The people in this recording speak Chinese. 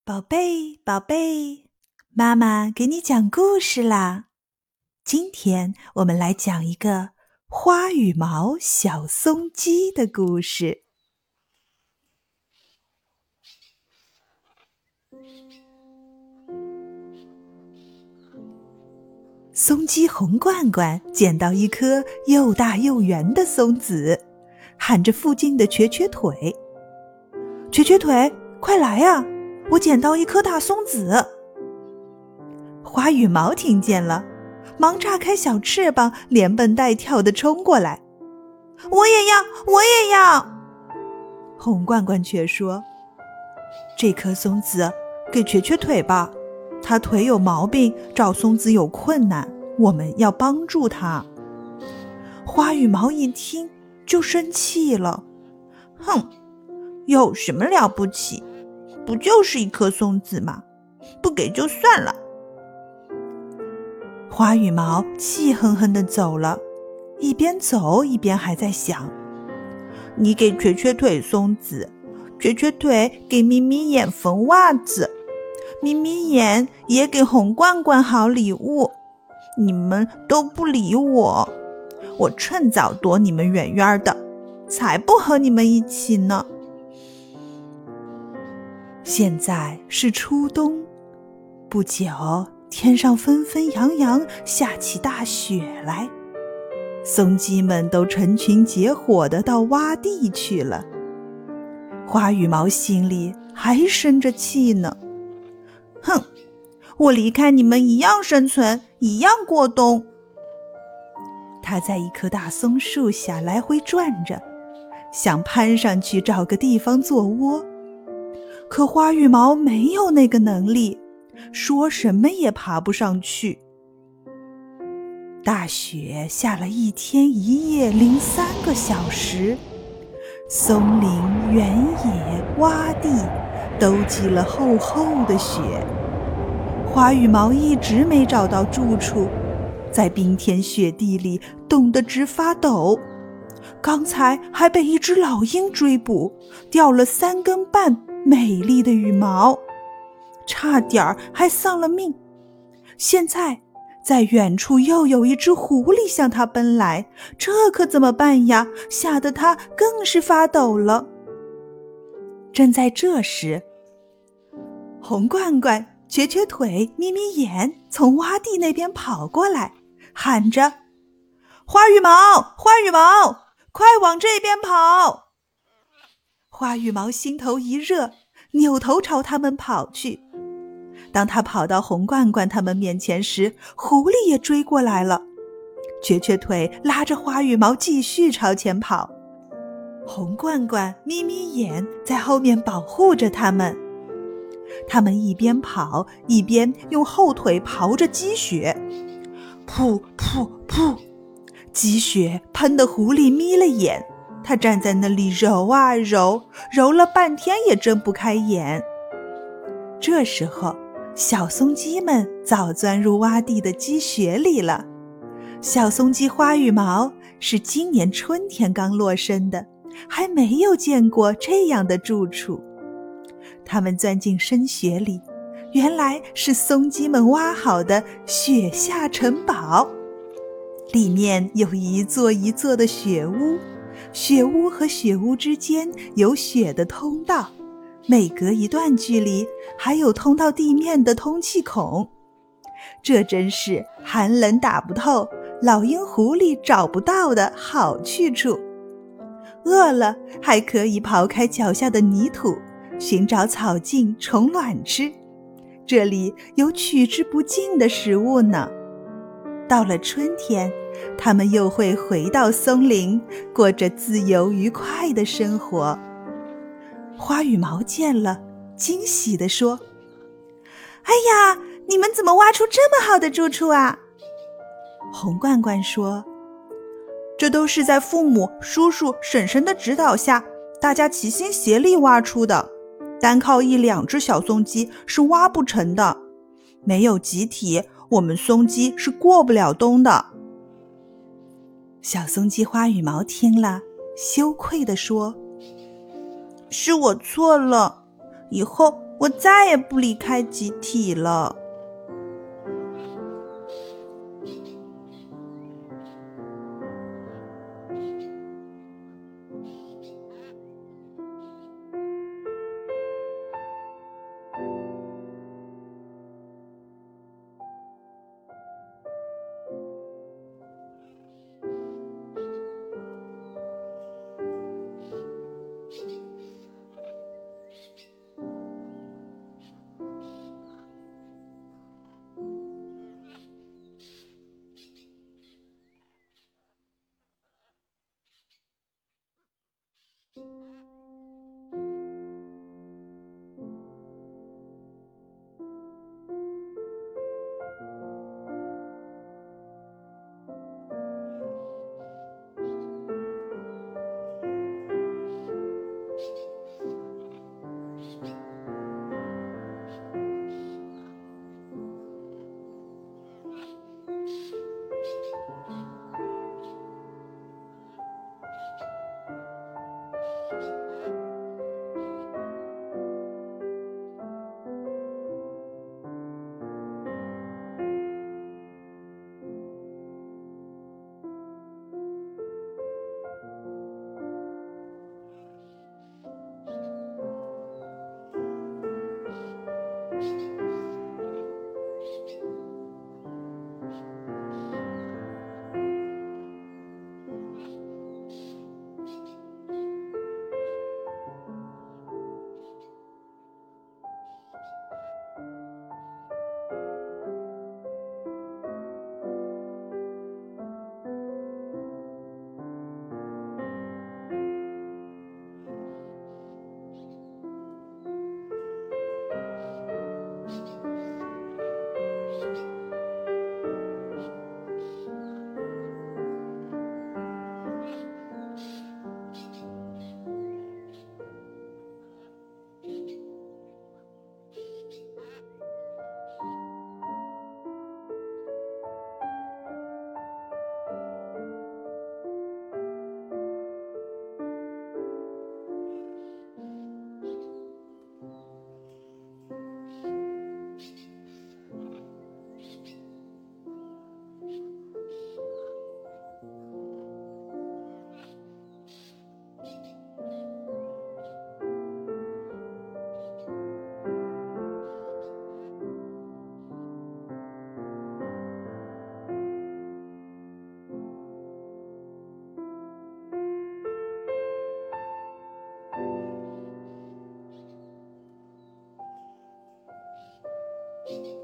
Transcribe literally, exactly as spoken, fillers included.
宝贝，宝贝，妈妈给你讲故事啦。今天我们来讲一个花羽毛小松鸡的故事。松鸡红罐罐捡到一颗又大又圆的松子，喊着附近的瘸瘸腿：瘸瘸腿，快来呀！我捡到一颗大松子。花羽毛听见了，忙炸开小翅膀，连蹦带跳地冲过来。我也要，我也要！红罐罐却说：这颗松子给瘸瘸腿吧，他腿有毛病，找松子有困难，我们要帮助他。花羽毛一听就生气了：哼，有什么了不起？不就是一颗松子吗？不给就算了。花羽毛气哼哼地走了，一边走一边还在想：你给瘸瘸腿松子，瘸瘸腿给眯眯眼缝袜子，眯眯眼也给红罐罐好礼物，你们都不理我，我趁早躲你们远远的，才不和你们一起呢。现在是初冬，不久天上纷纷扬扬下起大雪来，松鸡们都成群结伙地到洼地去了。花羽毛心里还生着气呢，哼，我离开你们一样生存，一样过冬。他在一棵大松树下来回转着，想攀上去找个地方做窝。可花羽毛没有那个能力，说什么也爬不上去。大雪下了一天一夜零三个小时，松林、原野、洼地都积了厚厚的雪。花羽毛一直没找到住处，在冰天雪地里冻得直发抖。刚才还被一只老鹰追捕，掉了三根半美丽的羽毛，差点儿还丧了命。现在在远处又有一只狐狸向他奔来，这可怎么办呀？吓得他更是发抖了。正在这时，红罐罐、瘸瘸腿、眯眯眼从洼地那边跑过来，喊着：花羽毛，花羽毛，快往这边跑！花羽毛心头一热，扭头朝他们跑去。当他跑到红罐罐他们面前时，狐狸也追过来了。瘸瘸腿拉着花羽毛继续朝前跑，红罐罐、眯眯眼在后面保护着他们。他们一边跑一边用后腿刨着积雪，噗噗噗，积雪喷得狐狸眯了眼，他站在那里揉啊揉，揉了半天也睁不开眼。这时候小松鸡们早钻入洼地的积雪里了。小松鸡花羽毛是今年春天刚落生的，还没有见过这样的住处。它们钻进深雪里，原来是松鸡们挖好的雪下城堡，里面有一座一座的雪屋，雪屋和雪屋之间有雪的通道，每隔一段距离还有通到地面的通气孔。这真是寒冷打不透，老鹰狐狸找不到的好去处。饿了还可以刨开脚下的泥土，寻找草茎虫卵吃，这里有取之不尽的食物呢。到了春天，它们又会回到松林，过着自由愉快的生活。花羽毛见了，惊喜地说：哎呀，你们怎么挖出这么好的住处啊？红罐罐说：这都是在父母、叔叔、婶婶的指导下，大家齐心协力挖出的，单靠一两只小松鸡是挖不成的，没有集体，我们松鸡是过不了冬的。小松鸡花羽毛听了，羞愧地说：是我错了，以后我再也不离开集体了。 you